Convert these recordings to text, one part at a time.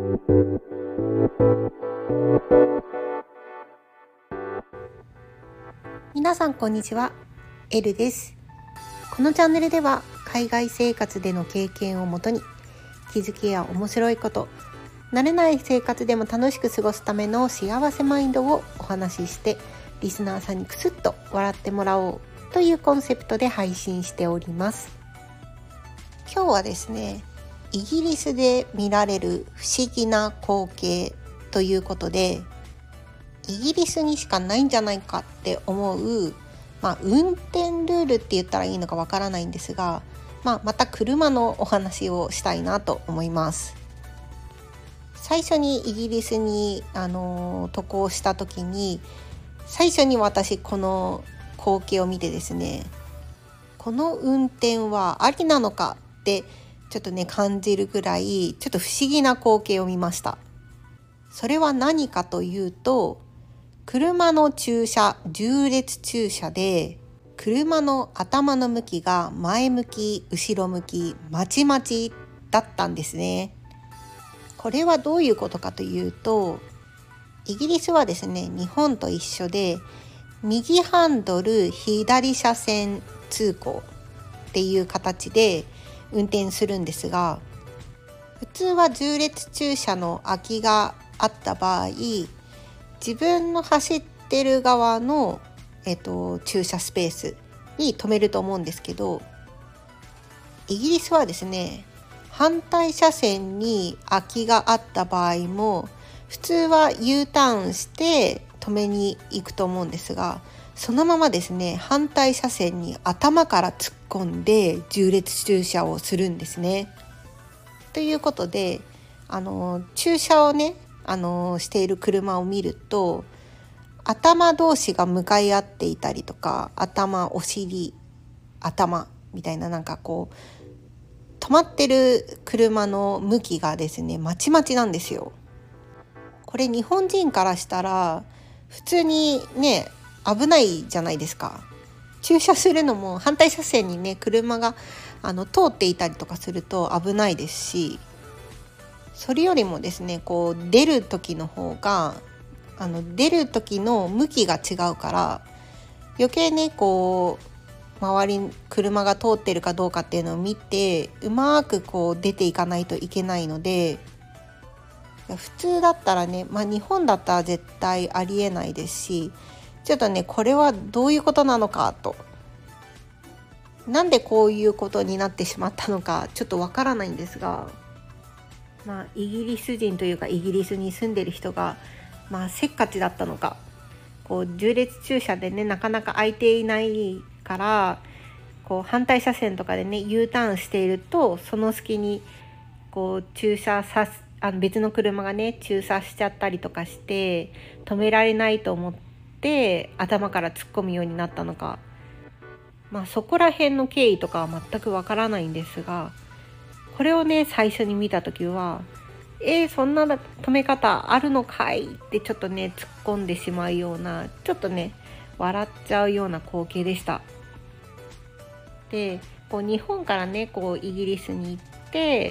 皆さんこんにちは、エルです。このチャンネルでは海外生活での経験をもとに気づきや面白いこと、慣れない生活でも楽しく過ごすための幸せマインドをお話しして、リスナーさんにクスッと笑ってもらおうというコンセプトで配信しております。今日はですね、イギリスで見られる不思議な光景ということで、イギリスにしかないんじゃないかって思う、運転ルールって言ったらいいのかわからないんですが、また車のお話をしたいなと思います。最初にイギリスに渡航した時に、最初に私この光景を見てですね、この運転はありなのかってちょっとね感じるぐらいちょっと不思議な光景を見ました。それは何かというと、車の駐車、縦列駐車で車の頭の向きが前向き、後ろ向き、まちまちだったんですね。これはどういうことかというと、イギリスはですね、日本と一緒で右ハンドル左車線通行っていう形で運転するんですが、普通は縦列駐車の空きがあった場合、自分の走ってる側の、駐車スペースに止めると思うんですけど、イギリスはですね、反対車線に空きがあった場合も普通は U ターンして止めに行くと思うんですが、そのままですね、反対車線に頭から突っ込んで縦列駐車をするんですね。ということで、駐車をね、している車を見ると、頭同士が向かい合っていたりとか、頭、お尻、頭みたいな、なんかこう止まってる車の向きがですね、まちまちなんですよ。これ日本人からしたら普通にね、危ないじゃないですか。駐車するのも反対車線にね、車が通っていたりとかすると危ないですし、それよりもですね、こう出る時の方が出る時の向きが違うから、余計ね、こう周りに車が通ってるかどうかっていうのを見て、うまくこう出ていかないといけないので、普通だったらね、日本だったら絶対ありえないですし、ちょっとね、これはどういうことなのかと、なんでこういうことになってしまったのかちょっとわからないんですが、イギリス人というかイギリスに住んでる人がせっかちだったのか、こう縦列駐車でね、なかなか空いていないから、こう反対車線とかでね U ターンしていると、その隙にこう別の車がね駐車しちゃったりとかして止められないと思って頭から突っ込むようになったのか、そこら辺の経緯とかは全くわからないんですが、これをね最初に見た時は、そんな止め方あるのかいってちょっとね突っ込んでしまうような、ちょっとね笑っちゃうような光景でした。で、こう日本からねこうイギリスに行って、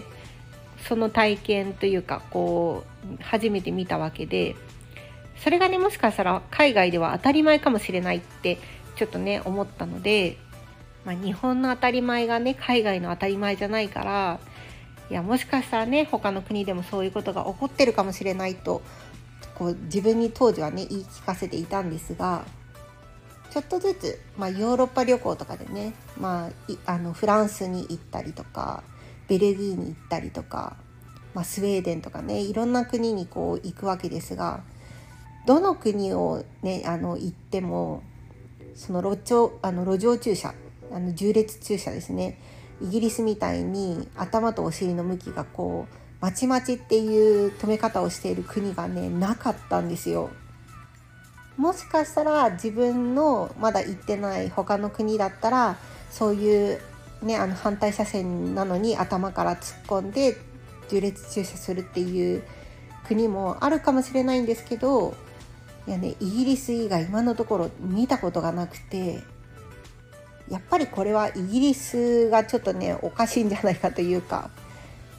その体験というかこう初めて見たわけで、それがねもしかしたら海外では当たり前かもしれないってちょっとね思ったので、日本の当たり前がね海外の当たり前じゃないから、いやもしかしたらね他の国でもそういうことが起こってるかもしれないと、こう自分に当時はね言い聞かせていたんですが、ちょっとずつ、ヨーロッパ旅行とかでね、フランスに行ったりとか、ベルギーに行ったりとか、スウェーデンとかね、いろんな国にこう行くわけですが、どの国をね行っても、その路上駐車、縦列駐車ですね、イギリスみたいに頭とお尻の向きがこうまちまちっていう止め方をしている国がねなかったんですよ。もしかしたら自分のまだ行ってない他の国だったら、そういうね反対車線なのに頭から突っ込んで縦列駐車するっていう国もあるかもしれないんですけど、イギリス以外今のところ見たことがなくて、やっぱりこれはイギリスがちょっとねおかしいんじゃないかというか、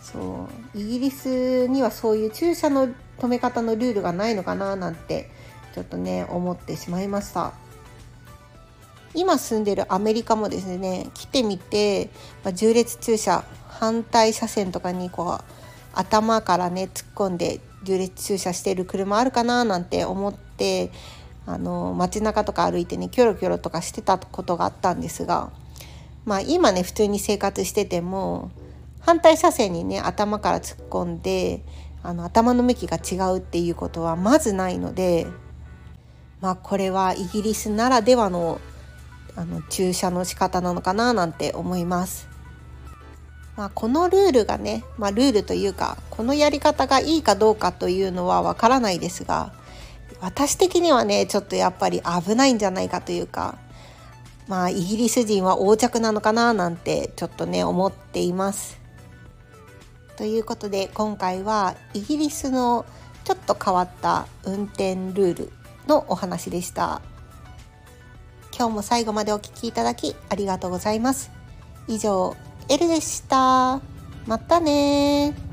そうイギリスにはそういう駐車の止め方のルールがないのかななんてちょっとね思ってしまいました。今住んでるアメリカもですね、来てみて、縦列駐車、反対車線とかにこう頭からね突っ込んで縦列駐車してる車あるかななんて思って、街中とか歩いてねキョロキョロとかしてたことがあったんですが、今ね普通に生活してても反対車線にね頭から突っ込んで頭の向きが違うっていうことはまずないので、これはイギリスならではの駐車の仕方なのかななんて思います。このルールがね、ルールというかこのやり方がいいかどうかというのはわからないですが、私的にはねちょっとやっぱり危ないんじゃないかというか、イギリス人は横着なのかななんてちょっとね思っています。ということで今回はイギリスのちょっと変わった運転ルールのお話でした。今日も最後までお聞きいただきありがとうございます。以上、エルでした。またね。